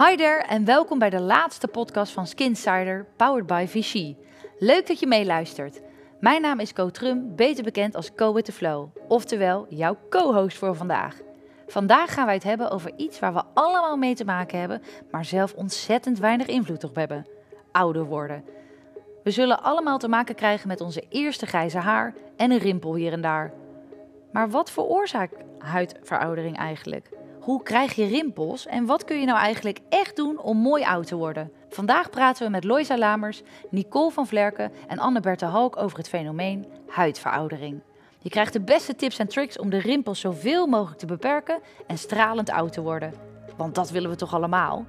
Hi there en welkom bij de laatste podcast van SkinSider, powered by Vichy. Leuk dat je meeluistert. Mijn naam is Co Trum, beter bekend als Co with the Flow, oftewel jouw co-host voor vandaag. Vandaag gaan wij het hebben over iets waar we allemaal mee te maken hebben, maar zelf ontzettend weinig invloed op hebben. Ouder worden. We zullen allemaal te maken krijgen met onze eerste grijze haar en een rimpel hier en daar. Maar wat veroorzaakt huidveroudering eigenlijk? Hoe krijg je rimpels en wat kun je nou eigenlijk echt doen om mooi oud te worden? Vandaag praten we met Loisa Lamers, Nicole van Vlerken en Anne-Berthe Halk over het fenomeen huidveroudering. Je krijgt de beste tips en tricks om de rimpels zoveel mogelijk te beperken en stralend oud te worden. Want dat willen we toch allemaal?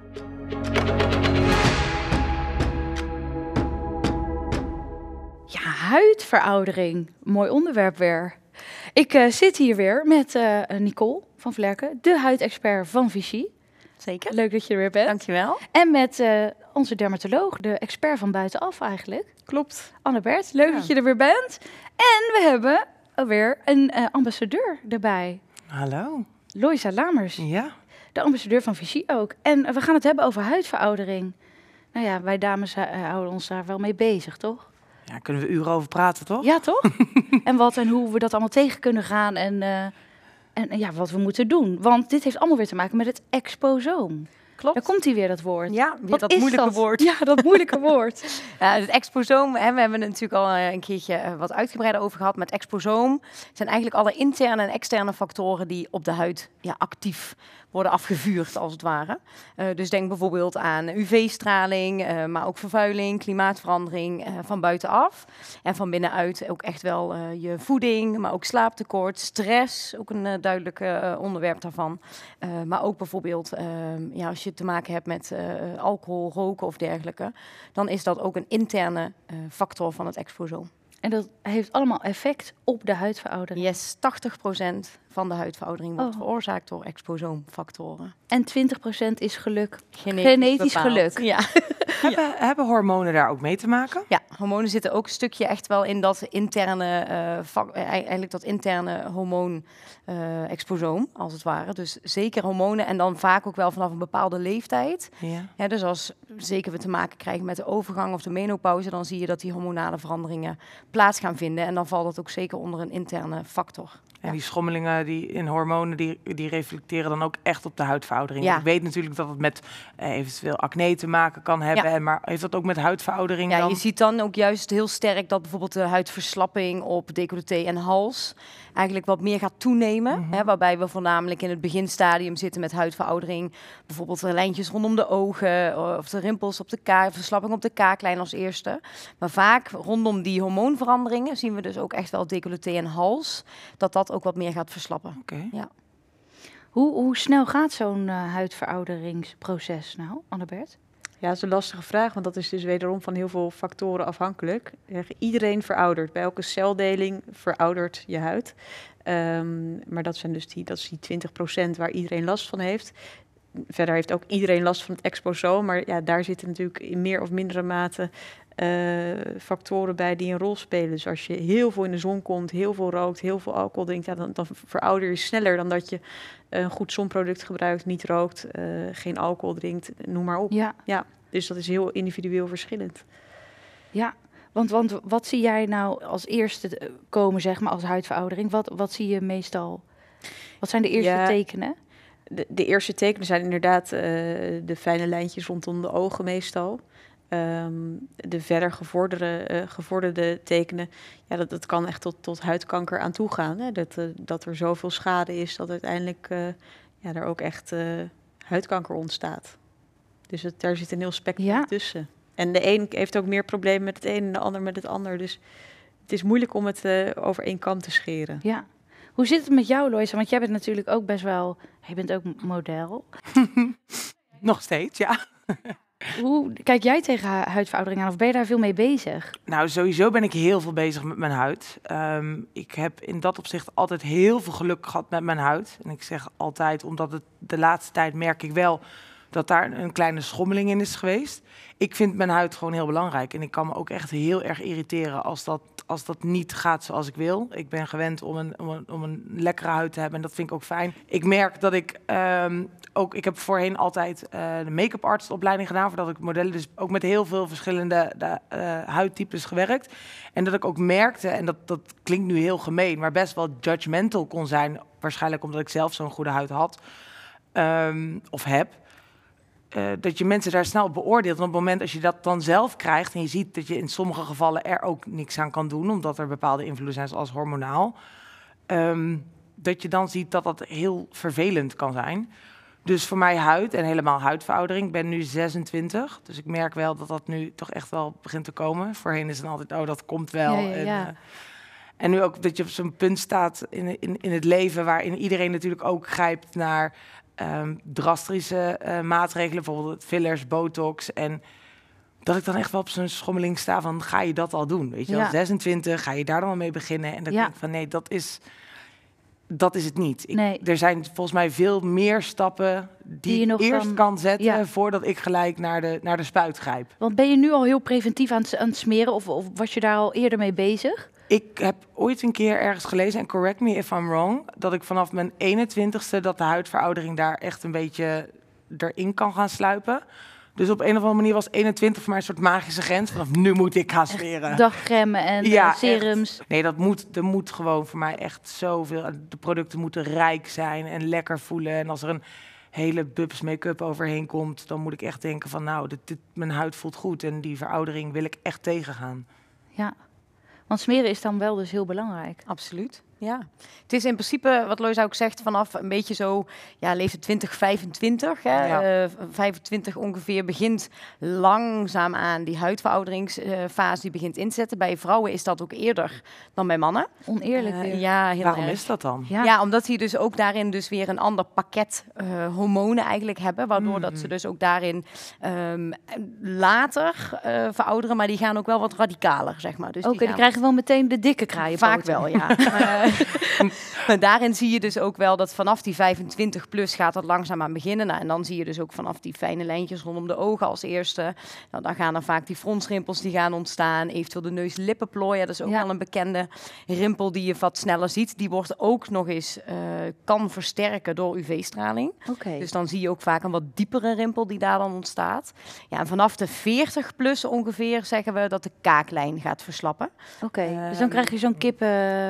Ja, huidveroudering. Mooi onderwerp weer. Ik zit hier weer met Nicole van Vlerken, de huidexpert van Vichy. Zeker. Leuk dat je er weer bent. Dankjewel. En met onze dermatoloog, de expert van buitenaf eigenlijk. Klopt. Anne-Bert, leuk dat je er weer bent. En we hebben alweer een ambassadeur erbij. Hallo. Loisa Lamers, Ja. de ambassadeur van Vichy ook. En we gaan het hebben over huidveroudering. Nou ja, wij dames houden ons daar wel mee bezig, toch? Ja, kunnen we uren over praten, toch? Ja, toch? En wat en hoe we dat allemaal tegen kunnen gaan en ja, wat we moeten doen. Want dit heeft allemaal weer te maken met het exposoom. Klopt. Daar komt hier weer dat woord. Ja, weer Wat dat is moeilijke dat? woord. Ja, dat moeilijke woord. Ja, het exposoom, hè, we hebben er natuurlijk al een keertje wat uitgebreider over gehad. Maar het exposoom zijn eigenlijk alle interne en externe factoren die op de huid actief worden afgevuurd, als het ware. Dus denk bijvoorbeeld aan UV-straling, maar ook vervuiling, klimaatverandering van buitenaf. En van binnenuit ook echt wel je voeding, maar ook slaaptekort, stress, ook een duidelijk onderwerp daarvan. Maar ook bijvoorbeeld als je te maken hebt met alcohol, roken of dergelijke, dan is dat ook een interne factor van het exposoom. En dat heeft allemaal effect op de huidveroudering. Yes, 80% van de huidveroudering wordt veroorzaakt door exposoomfactoren. En 20% is geluk. Genetisch bepaald. Geluk. Ja. Hebben hormonen daar ook mee te maken? Ja, hormonen zitten ook een stukje echt wel in dat interne, eigenlijk dat interne hormoon-exposoom, als het ware. Dus zeker hormonen en dan vaak ook wel vanaf een bepaalde leeftijd. Ja. Ja, dus als zeker we te maken krijgen met de overgang of de menopauze, dan zie je dat die hormonale veranderingen plaats gaan vinden. En dan valt dat ook zeker onder een interne factor. En die schommelingen die in hormonen, die reflecteren dan ook echt op de huidveroudering. Ja. Ik weet natuurlijk dat het met eventueel acne te maken kan hebben. Ja. Maar heeft dat ook met huidveroudering Ja, dan? je ziet dan ook juist heel sterk dat bijvoorbeeld de huidverslapping op decolleté en hals eigenlijk wat meer gaat toenemen. Hè, waarbij we voornamelijk in het beginstadium zitten met huidveroudering. Bijvoorbeeld de lijntjes rondom de ogen of de rimpels op de kaak, verslapping op de kaaklijn als eerste. Maar vaak rondom die hormoonveranderingen zien we dus ook echt wel decolleté en hals, dat ook wat meer gaat verslappen. Oké. Ja. Hoe snel gaat zo'n huidverouderingsproces nou, Anne-Bert? Ja, dat is een lastige vraag, want dat is dus wederom van heel veel factoren afhankelijk. Iedereen veroudert. Bij elke celdeling veroudert je huid. Maar dat is die 20% waar iedereen last van heeft. Verder heeft ook iedereen last van het exposoom, maar ja, daar zitten natuurlijk in meer of mindere mate factoren bij die een rol spelen. Dus als je heel veel in de zon komt, heel veel rookt, heel veel alcohol drinkt, ja, dan verouder je sneller dan dat je een goed zonproduct gebruikt, niet rookt, geen alcohol drinkt, noem maar op. Ja. Dus dat is heel individueel verschillend. Ja, want wat zie jij nou als eerste komen, zeg maar, als huidveroudering? Wat zie je meestal? Wat zijn de eerste tekenen? De eerste tekenen zijn inderdaad de fijne lijntjes rondom de ogen meestal. De verder gevorderde tekenen, ja, dat kan echt tot huidkanker aan toe gaan. Hè? Dat er zoveel schade is dat uiteindelijk er ook echt huidkanker ontstaat. Dus daar zit een heel spectrum tussen. En de een heeft ook meer problemen met het een en de ander met het ander. Dus het is moeilijk om het over één kam te scheren. Ja. Hoe zit het met jou, Loisa? Want jij bent natuurlijk ook best wel... Je bent ook model. Nog steeds, ja. Hoe kijk jij tegen huidveroudering aan? Of ben je daar veel mee bezig? Nou, sowieso ben ik heel veel bezig met mijn huid. Ik heb in dat opzicht altijd heel veel geluk gehad met mijn huid. En ik zeg altijd, omdat het de laatste tijd merk ik wel dat daar een kleine schommeling in is geweest. Ik vind mijn huid gewoon heel belangrijk. En ik kan me ook echt heel erg irriteren als dat niet gaat zoals ik wil. Ik ben gewend om een lekkere huid te hebben en dat vind ik ook fijn. Ik merk dat ik ik heb voorheen altijd de make-up artistopleiding gedaan, voordat ik modellen, dus ook met heel veel verschillende huidtypes gewerkt. En dat ik ook merkte, en dat klinkt nu heel gemeen, maar best wel judgmental kon zijn, waarschijnlijk omdat ik zelf zo'n goede huid had of heb. Dat je mensen daar snel op beoordeelt. En op het moment als je dat dan zelf krijgt en je ziet dat je in sommige gevallen er ook niks aan kan doen, omdat er bepaalde invloeden zijn zoals hormonaal, dat je dan ziet dat dat heel vervelend kan zijn. Dus voor mij huid en helemaal huidveroudering. Ik ben nu 26, dus ik merk wel dat dat nu toch echt wel begint te komen. Voorheen is het altijd, dat komt wel. En nu ook dat je op zo'n punt staat in het leven waarin iedereen natuurlijk ook grijpt naar drastische maatregelen, bijvoorbeeld fillers, botox. En dat ik dan echt wel op zo'n schommeling sta van, ga je dat al doen? Weet je wel, 26, ga je daar dan al mee beginnen? En dan denk ik van, nee, dat is het niet. Er zijn volgens mij veel meer stappen die je nog eerst kan zetten voordat ik gelijk naar de spuit grijp. Want ben je nu al heel preventief aan het smeren of was je daar al eerder mee bezig? Ik heb ooit een keer ergens gelezen, en correct me if I'm wrong, dat ik vanaf mijn 21ste dat de huidveroudering daar echt een beetje erin kan gaan sluipen. Dus op een of andere manier was 21 voor mij een soort magische grens. Vanaf nu moet ik gaan smeren. Dagcrème en serums. Echt. Nee, er moet gewoon voor mij echt zoveel. De producten moeten rijk zijn en lekker voelen. En als er een hele bubs make-up overheen komt, dan moet ik echt denken van, nou, mijn huid voelt goed. En die veroudering wil ik echt tegengaan. Ja, want smeren is dan wel dus heel belangrijk. Absoluut. Ja, het is in principe, wat Lois ook zegt, vanaf een beetje zo, leeftijd 2025, hè, 25 ongeveer, begint langzaam aan die huidverouderingsfase die begint in te zetten. Bij vrouwen is dat ook eerder dan bij mannen. Oneerlijk weer. Heel Waarom erg. is dat dan? Ja, omdat die dus ook daarin dus weer een ander pakket hormonen eigenlijk hebben, waardoor dat ze dus ook daarin later verouderen, maar die gaan ook wel wat radicaler, zeg maar. Dus die krijgen wel meteen de dikke kraaien. Vaak wel, ja. Maar daarin zie je dus ook wel dat vanaf die 25 plus gaat dat langzaam aan beginnen. Nou, en dan zie je dus ook vanaf die fijne lijntjes rondom de ogen als eerste. Nou, dan gaan er vaak die fronsrimpels die gaan ontstaan. Eventueel de neus-lippenplooi. Ja, dat is ook wel een bekende rimpel die je wat sneller ziet. Die wordt ook nog eens, kan versterken door UV-straling. Okay. Dus dan zie je ook vaak een wat diepere rimpel die daar dan ontstaat. Ja, en vanaf de 40 plus ongeveer zeggen we dat de kaaklijn gaat verslappen. Oké, dus dan krijg je zo'n kippen...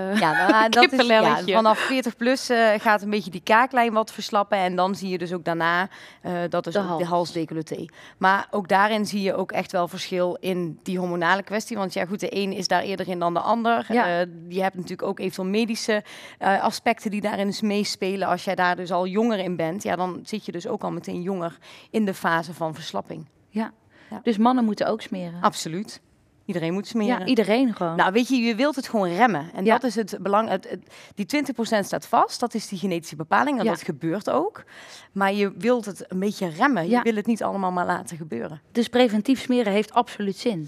dat is, vanaf 40 plus gaat een beetje die kaaklijn wat verslappen. En dan zie je dus ook daarna, dat is de halsdecolleté. Maar ook daarin zie je ook echt wel verschil in die hormonale kwestie. Want ja goed, de een is daar eerder in dan de ander. Ja. Je hebt natuurlijk ook eventueel medische aspecten die daarin dus meespelen. Als jij daar dus al jonger in bent, dan zit je dus ook al meteen jonger in de fase van verslapping. Ja. Dus mannen moeten ook smeren? Absoluut. Iedereen moet smeren. Ja, iedereen gewoon. Nou, weet je wilt het gewoon remmen. En dat is het belang. Die 20% staat vast. Dat is die genetische bepaling. En dat gebeurt ook. Maar je wilt het een beetje remmen. Je wil het niet allemaal maar laten gebeuren. Dus preventief smeren heeft absoluut zin?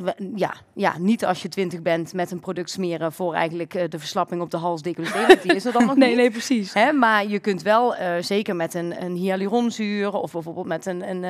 Ja, niet als je 20 bent met een product smeren voor eigenlijk de verslapping op de hals decolleté. Die is er dan nog niet. Nee, precies. Maar je kunt wel, zeker met een hyaluronzuur of bijvoorbeeld met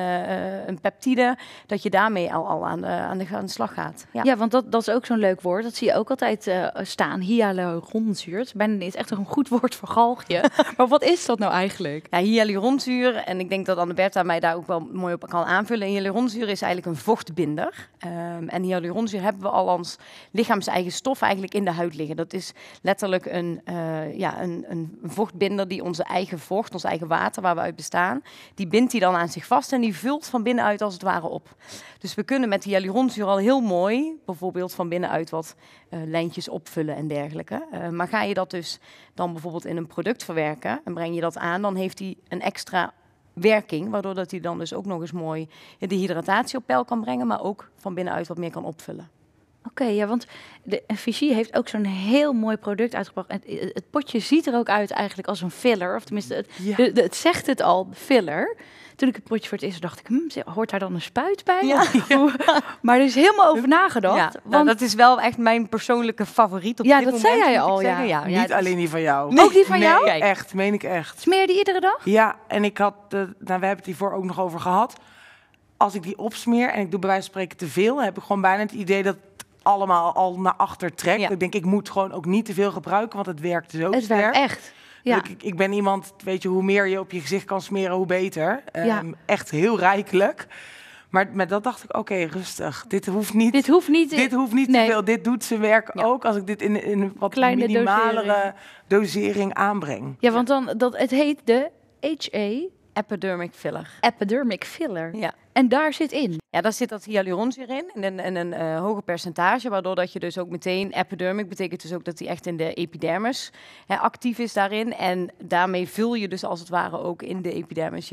een peptide, dat je daarmee al aan de slag gaat. Ja, want dat is ook zo'n leuk woord. Dat zie je ook altijd staan. Hyaluronzuur. Het is echt een goed woord voor galgje. Maar wat is dat nou eigenlijk? Ja, hyaluronzuur, en ik denk dat Anne-Bertha mij daar ook wel mooi op kan aanvullen. Hyaluronzuur is eigenlijk een vochtbinder. En hyaluronzuur hebben we al als lichaams-eigen stof eigenlijk in de huid liggen. Dat is letterlijk een vochtbinder die onze eigen vocht, ons eigen water waar we uit bestaan, die bindt die dan aan zich vast en die vult van binnenuit als het ware op. Dus we kunnen met hyaluronzuur al heel mooi, bijvoorbeeld van binnenuit wat lijntjes opvullen en dergelijke. Maar ga je dat dus dan bijvoorbeeld in een product verwerken en breng je dat aan, dan heeft die een extra werking, waardoor dat hij dan dus ook nog eens mooi de hydratatie op peil kan brengen, maar ook van binnenuit wat meer kan opvullen. Oké, ja, want de Vichy heeft ook zo'n heel mooi product uitgebracht. En het potje ziet er ook uit eigenlijk als een filler. Of tenminste, het zegt het al, filler. Toen ik het potje voor het eerst dacht ik, hoort daar dan een spuit bij? Ja. Maar er is helemaal over nagedacht. Ja, Want nou, dat is wel echt mijn persoonlijke favoriet op dit moment. dat zei jij moet ik al, zeggen. ja. Niet alleen die van jou. Nee. Ook die van jou? Nee, echt, meen ik echt. smeer je die iedere dag? Ja, en ik had, we hebben het hiervoor ook nog over gehad. Als ik die opsmeer en ik doe bij wijze van spreken te veel, heb ik gewoon bijna het idee dat het allemaal al naar achter trekt. Ja. Ik denk, ik moet gewoon ook niet te veel gebruiken, want het werkt zo Het sterk. werkt echt. Ja. Ik ben iemand, weet je, hoe meer je op je gezicht kan smeren, hoe beter. Ja. Echt heel rijkelijk. Maar met dat dacht ik, oké, rustig. Dit hoeft niet, Dit hoeft niet. te Nee. veel. Dit doet zijn werk Ja. ook als ik dit in een wat Kleine minimalere dosering aanbreng. Ja, want het heet de HA Epidermic filler. epidermic filler. Ja. En daar zit in. Ja, daar zit dat hyaluronzuur in een hoger percentage, waardoor dat je dus ook meteen, epidermic betekent dus ook dat die echt in de epidermis actief is daarin. En daarmee vul je dus als het ware ook in de epidermis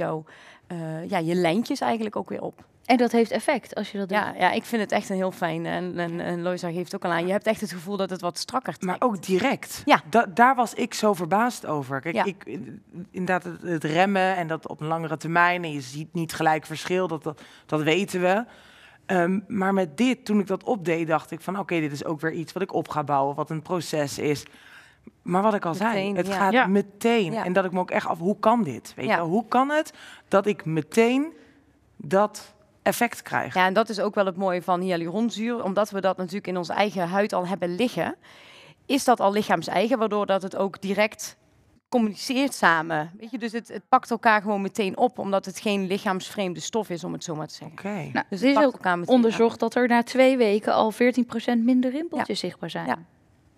je lijntjes eigenlijk ook weer op. En dat heeft effect als je dat doet. Ja, ik vind het echt een heel fijn. En Loisa geeft ook al aan, je hebt echt het gevoel dat het wat strakker trekt. Maar ook direct. Ja. Daar was ik zo verbaasd over. Kijk, Ja. Inderdaad het remmen en dat op een langere termijn. En je ziet niet gelijk verschil, dat weten we. Maar met dit, toen ik dat opdeed, dacht ik van oké, dit is ook weer iets wat ik op ga bouwen, wat een proces is. Maar wat ik al zei, Meteen, het ja. gaat Ja. meteen. Ja. En dat ik me ook echt af, hoe kan dit? Weet je Ja. wel, hoe kan het dat ik meteen dat effect krijg? Ja, en dat is ook wel het mooie van hyaluronzuur. Omdat we dat natuurlijk in onze eigen huid al hebben liggen, is dat al lichaams-eigen, waardoor dat het ook direct communiceert samen. Weet je, dus het pakt elkaar gewoon meteen op, omdat het geen lichaamsvreemde stof is, om het zo maar te zeggen. Oké. Nou, Dus dit het is pakt ook elkaar meteen onderzocht dat er na 2 weken al 14% minder rimpeltjes zichtbaar zijn. Ja.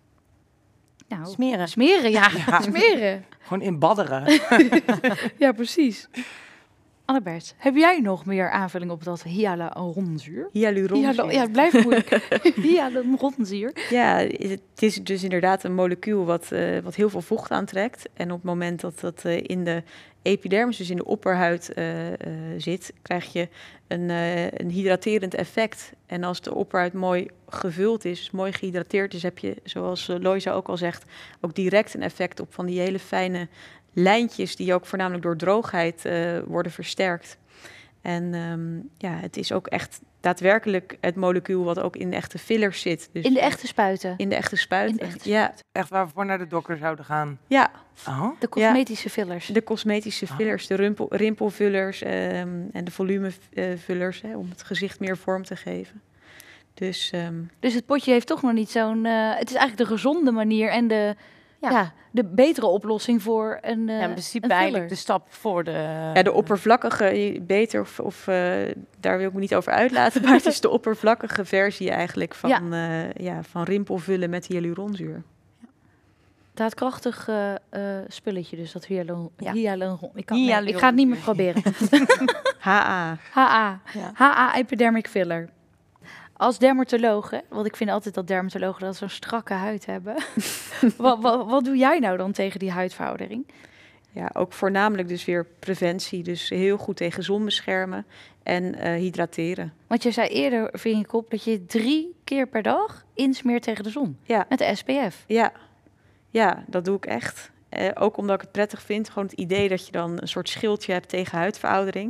Nou, aan. Smeren. smeren, ja. Ja. Smeren. Gewoon inbadderen. Ja, precies. Annabert, heb jij nog meer aanvulling op dat hyaluronzuur? Hyaluronzuur. Ja, het blijft moeilijk. Hyaluronzuur. Ja, het is dus inderdaad een molecuul wat heel veel vocht aantrekt. En op het moment dat dat in de epidermis, dus in de opperhuid zit, krijg je een hydraterend effect. En als de opperhuid mooi gevuld is, dus mooi gehydrateerd is, heb je, zoals Loisa ook al zegt, ook direct een effect op van die hele fijne lijntjes die ook voornamelijk door droogheid worden versterkt. En het is ook echt daadwerkelijk het molecuul wat ook in de echte fillers zit. Dus In de echte spuiten. in de echte spuiten. In de echte Ja, Echt waar we voor naar de dokter zouden gaan. ja, Oh. De cosmetische fillers. de cosmetische fillers, de rimpelvullers en de volumevullers, om het gezicht meer vorm te geven. Dus Dus het potje heeft toch nog niet zo'n... het is eigenlijk de gezonde manier en de Ja. de betere oplossing voor een Ja, in principe een eigenlijk filler. de stap voor de... ja, de oppervlakkige, beter of daar wil ik me niet over uitlaten, maar het is de oppervlakkige versie eigenlijk van rimpelvullen met hyaluronzuur. Daadkrachtig spulletje, dus dat hyaluron. Ja. Ik ga het niet meer proberen. HA. HA. Ja. HA epidermic filler. Als dermatoloog, hè, want ik vind altijd dat dermatologen dat zo'n strakke huid hebben. wat doe jij nou dan tegen die huidveroudering? Ja, ook voornamelijk dus weer preventie. Dus heel goed tegen zon beschermen en hydrateren. Want je zei eerder, ving ik op, dat je 3 keer per dag insmeert tegen de zon. Ja, Met de SPF. ja, dat doe ik echt. Ook omdat ik het prettig vind. Gewoon het idee dat je dan een soort schildje hebt tegen huidveroudering.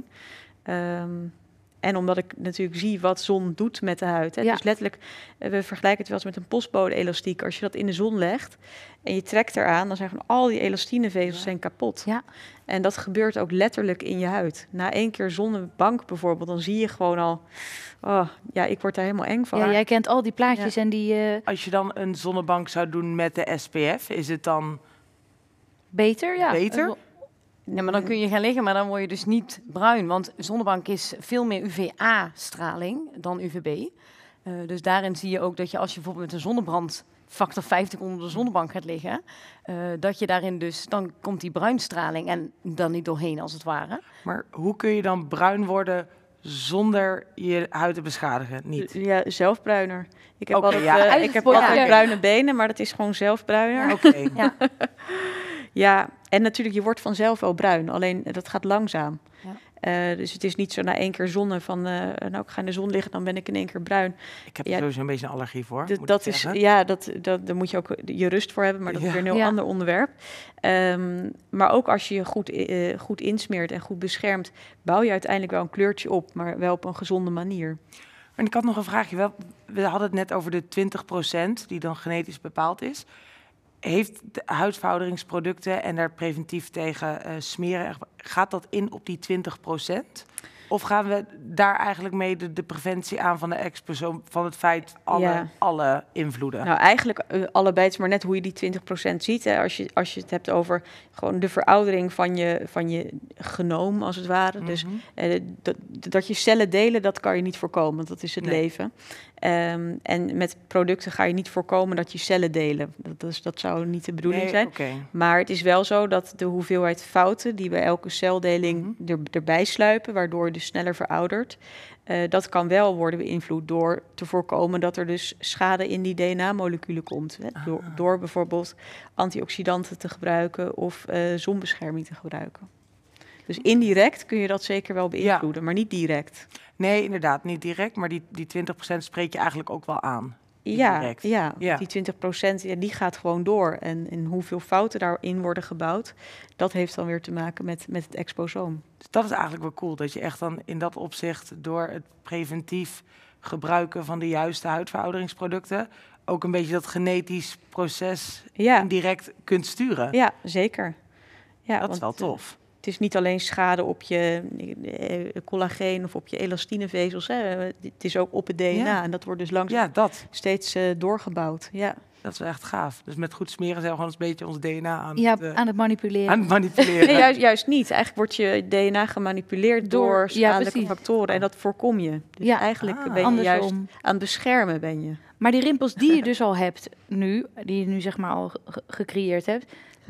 En omdat ik natuurlijk zie wat zon doet met de huid. Hè. Ja. Dus letterlijk, we vergelijken het wel eens met een postbode-elastiek. Als je dat in de zon legt en je trekt eraan, dan zijn gewoon al die elastinevezels zijn kapot. Ja. En dat gebeurt ook letterlijk in je huid. Na 1 keer zonnebank bijvoorbeeld, dan zie je gewoon al... Oh, ja, ik word daar helemaal eng van. Ja, jij kent al die plaatjes en die Als je dan een zonnebank zou doen met de SPF, is het dan beter, ja. beter? Ja, maar dan kun je gaan liggen, maar dan word je dus niet bruin. Want zonnebank is veel meer UVA-straling dan UVB. Dus daarin zie je ook dat je als je bijvoorbeeld met een zonnebrand factor 50 onder de zonnebank gaat liggen, dat je daarin dus, dan komt die bruinstraling en dan niet doorheen als het ware. Maar hoe kun je dan bruin worden zonder je huid te beschadigen? Niet. Ja, zelf bruiner. Ik heb Oké, altijd, ja. ik heb Ja. altijd bruine benen, maar dat is gewoon zelf bruiner. Oké. Ja. Ja, en natuurlijk, je wordt vanzelf wel bruin, alleen dat gaat langzaam. Ja. Dus het is niet zo na 1 keer zonnen van... nou, ik ga in de zon liggen, dan ben ik in 1 keer bruin. Ik heb er sowieso een beetje een allergie voor. Daar moet je ook je rust voor hebben, maar dat is weer een heel Ja. ander onderwerp. Maar ook als je je goed insmeert en goed beschermt, bouw je uiteindelijk wel een kleurtje op, maar wel op een gezonde manier. En ik had nog een vraagje. We hadden het net over de 20% die dan genetisch bepaald is. Heeft de huidverouderingsproducten en daar preventief tegen smeren, gaat dat in op die 20%? Of gaan we daar eigenlijk mee de preventie aan van de exposoom, van het feit alle invloeden? Nou, eigenlijk allebei, het is maar net hoe je die 20% ziet. Hè. Als je het hebt over gewoon de veroudering van je genoom, als het ware. Dus dat je cellen delen, dat kan je niet voorkomen, want dat is het leven. En met producten ga je niet voorkomen dat je cellen delen. Dat zou niet de bedoeling zijn. Okay. Maar het is wel zo dat de hoeveelheid fouten die bij elke celdeling erbij sluipen, waardoor je dus sneller veroudert, dat kan wel worden beïnvloed door te voorkomen dat er dus schade in die DNA-moleculen komt. Hè? Door bijvoorbeeld antioxidanten te gebruiken of zonbescherming te gebruiken. Dus indirect kun je dat zeker wel beïnvloeden, maar niet direct. Nee, inderdaad, niet direct, maar die 20% spreek je eigenlijk ook wel aan. Ja, die 20% die gaat gewoon door. En hoeveel fouten daarin worden gebouwd, dat heeft dan weer te maken met het exposoom. Dus dat is eigenlijk wel cool, dat je echt dan in dat opzicht door het preventief gebruiken van de juiste huidverouderingsproducten ook een beetje dat genetisch proces indirect kunt sturen. Ja, zeker. Ja, dat is wel tof. Het is niet alleen schade op je collageen of op je elastinevezels. Hè. Het is ook op het DNA. Ja. En dat wordt dus langzaam steeds doorgebouwd. Ja. Dat is wel echt gaaf. Dus met goed smeren zijn we gewoon een beetje ons DNA aan het manipuleren. Aan het manipuleren. Nee, juist niet. Eigenlijk wordt je DNA gemanipuleerd door schadelijke factoren. En dat voorkom je. Dus eigenlijk ben je juist aan het beschermen. Ben je. Maar die rimpels die je dus al hebt nu, die je nu zeg maar al gecreëerd hebt,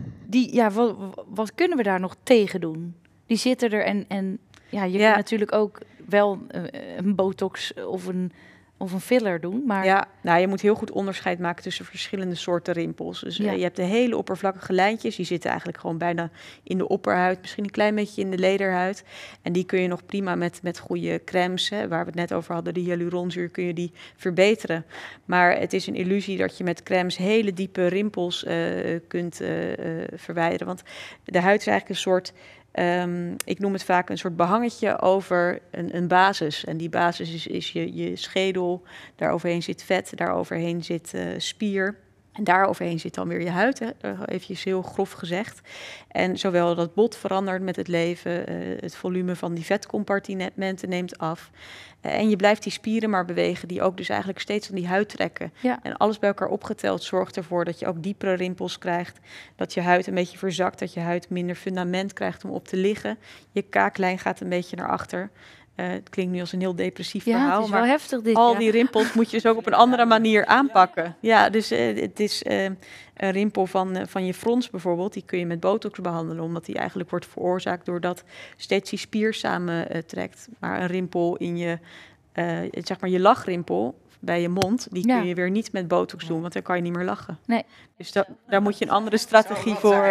wat kunnen we daar nog tegen doen? Die zitten er en je kunt natuurlijk ook wel een botox of een filler doen, maar... Ja, je moet heel goed onderscheid maken tussen verschillende soorten rimpels. Dus je hebt de hele oppervlakkige lijntjes, die zitten eigenlijk gewoon bijna in de opperhuid, misschien een klein beetje in de lederhuid. En die kun je nog prima met goede crèmes, waar we het net over hadden, de hyaluronzuur, kun je die verbeteren. Maar het is een illusie dat je met crèmes hele diepe rimpels kunt verwijderen. Want de huid is eigenlijk een soort... ik noem het vaak een soort behangetje over een basis. En die basis is je schedel, daaroverheen zit vet, daaroverheen zit spier. En daaroverheen zit dan weer je huid, even heel grof gezegd. En zowel dat bot verandert met het leven, het volume van die vetcompartimenten neemt af. En je blijft die spieren maar bewegen, die ook dus eigenlijk steeds aan die huid trekken. Ja. En alles bij elkaar opgeteld zorgt ervoor dat je ook diepere rimpels krijgt. Dat je huid een beetje verzakt, dat je huid minder fundament krijgt om op te liggen. Je kaaklijn gaat een beetje naar achter. Het klinkt nu als een heel depressief verhaal. Het is wel heftig dit. Al die rimpels moet je dus ook op een andere manier aanpakken. Ja, dus het is een rimpel van je frons bijvoorbeeld. Die kun je met botox behandelen, omdat die eigenlijk wordt veroorzaakt doordat steeds die spier samen trekt. Maar een rimpel in je, zeg maar je lachrimpel bij je mond, die kun je weer niet met botox doen, want dan kan je niet meer lachen. Nee. Dus daar moet je een andere strategie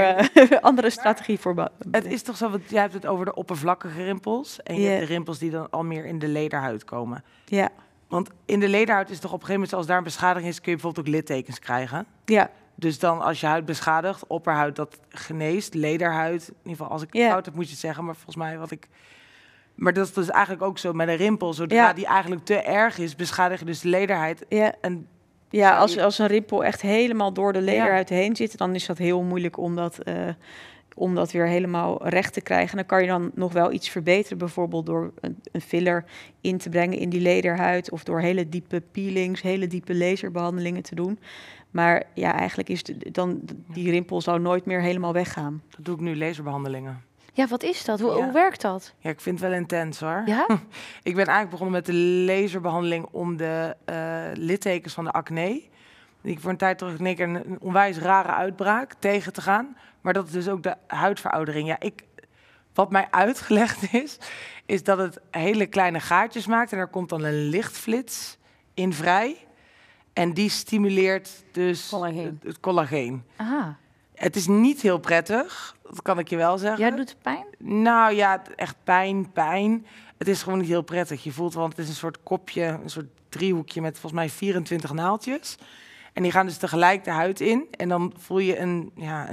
voor. Het is toch zo, want jij hebt het over de oppervlakkige rimpels en je hebt de rimpels die dan al meer in de lederhuid komen. Ja. Want in de lederhuid is toch op een gegeven moment, als daar een beschadiging is, kun je bijvoorbeeld ook littekens krijgen. Ja. Dus dan als je huid beschadigt, opperhuid dat geneest, lederhuid, in ieder geval als ik het fout heb moet je het zeggen, maar volgens mij Maar dat is dus eigenlijk ook zo met een rimpel. Zodra die eigenlijk te erg is, beschadig je dus de lederhuid. Ja, als een rimpel echt helemaal door de lederhuid heen zit, dan is dat heel moeilijk om dat weer helemaal recht te krijgen. Dan kan je dan nog wel iets verbeteren, bijvoorbeeld door een filler in te brengen in die lederhuid of door hele diepe peelings, hele diepe laserbehandelingen te doen. Maar eigenlijk is die rimpel zou nooit meer helemaal weggaan. Dat doe ik nu, laserbehandelingen. Ja, wat is dat? Hoe werkt dat? Ja, ik vind het wel intens hoor. Ja? Ik ben eigenlijk begonnen met de laserbehandeling om de littekens van de acne. Ik voor een tijd terug een onwijs rare uitbraak tegen te gaan. Maar dat is dus ook de huidveroudering. Ja, wat mij uitgelegd is dat het hele kleine gaatjes maakt. En er komt dan een lichtflits in vrij. En die stimuleert dus het collageen. Aha. Het is niet heel prettig, dat kan ik je wel zeggen. Ja, doet het pijn? Nou ja, echt pijn. Het is gewoon niet heel prettig. Je voelt, want het is een soort kopje, een soort driehoekje met volgens mij 24 naaldjes. En die gaan dus tegelijk de huid in. En dan voel je een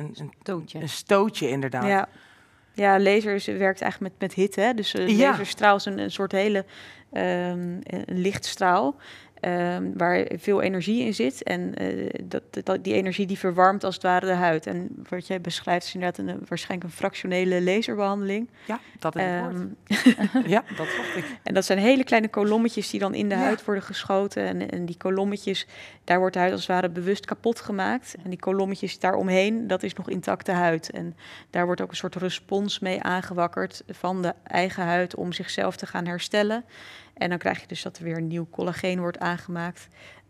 stootje inderdaad. Ja, lasers werkt eigenlijk met hitte. Hè? Dus laserstraal is een soort hele een lichtstraal. Waar veel energie in zit. En die energie die verwarmt als het ware de huid. En wat jij beschrijft is inderdaad waarschijnlijk een fractionele laserbehandeling. Ja, dat is het woord. Ja, dat zocht ik. En dat zijn hele kleine kolommetjes die dan in de huid worden geschoten. En die kolommetjes, daar wordt de huid als het ware bewust kapot gemaakt. En die kolommetjes daaromheen, dat is nog intacte huid. En daar wordt ook een soort respons mee aangewakkerd van de eigen huid om zichzelf te gaan herstellen. En dan krijg je dus dat er weer een nieuw collageen wordt aangemaakt.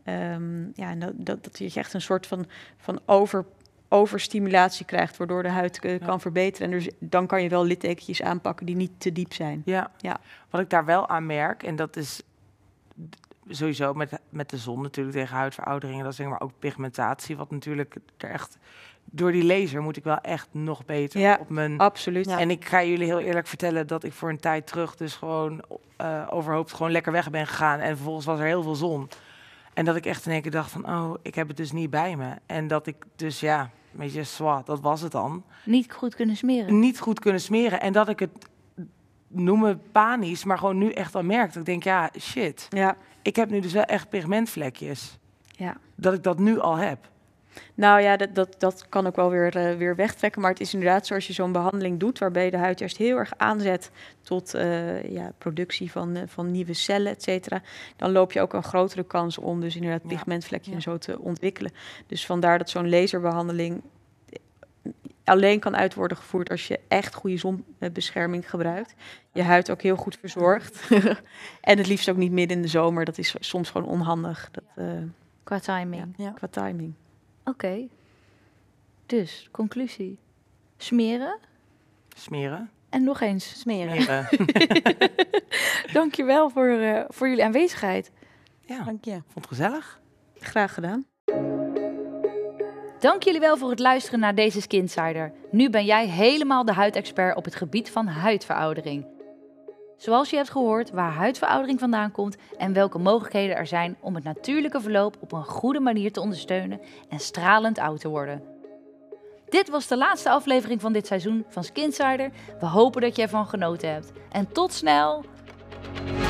En dat je echt een soort van overstimulatie krijgt, waardoor de huid kan verbeteren. En dus dan kan je wel littekentjes aanpakken die niet te diep zijn. Ja. Wat ik daar wel aan merk, en dat is sowieso met de zon natuurlijk tegen huidverouderingen, dat is zeg maar ook pigmentatie, wat natuurlijk er echt... Door die laser moet ik wel echt nog beter op mijn... Absoluut. Ja. En ik ga jullie heel eerlijk vertellen dat ik voor een tijd terug dus gewoon overhoop gewoon lekker weg ben gegaan. En vervolgens was er heel veel zon. En dat ik echt in één keer dacht van, oh, ik heb het dus niet bij me. En dat ik dus, een beetje dat was het dan. Niet goed kunnen smeren. En dat ik het noemen panisch, maar gewoon nu echt al merk. Dat ik denk, shit. Ja. Ik heb nu dus wel echt pigmentvlekjes. Ja. Dat ik dat nu al heb. Nou ja, dat kan ook wel weer wegtrekken. Maar het is inderdaad zoals je zo'n behandeling doet, waarbij je de huid juist heel erg aanzet tot productie van nieuwe cellen, et cetera. Dan loop je ook een grotere kans om dus inderdaad pigmentvlekjes en zo te ontwikkelen. Dus vandaar dat zo'n laserbehandeling alleen kan uit worden gevoerd als je echt goede zonbescherming gebruikt. Je huid ook heel goed verzorgt. En het liefst ook niet midden in de zomer. Dat is soms gewoon onhandig. Qua timing. Ja. Qua timing. Oké. Dus, conclusie. Smeren. En nog eens smeren. Dankjewel voor jullie aanwezigheid. Ja, dank je. Vond het gezellig. Graag gedaan. Dank jullie wel voor het luisteren naar deze Skinsider. Nu ben jij helemaal de huidexpert op het gebied van huidveroudering. Zoals je hebt gehoord waar huidveroudering vandaan komt en welke mogelijkheden er zijn om het natuurlijke verloop op een goede manier te ondersteunen en stralend oud te worden. Dit was de laatste aflevering van dit seizoen van Skinsider. We hopen dat je ervan genoten hebt. En tot snel!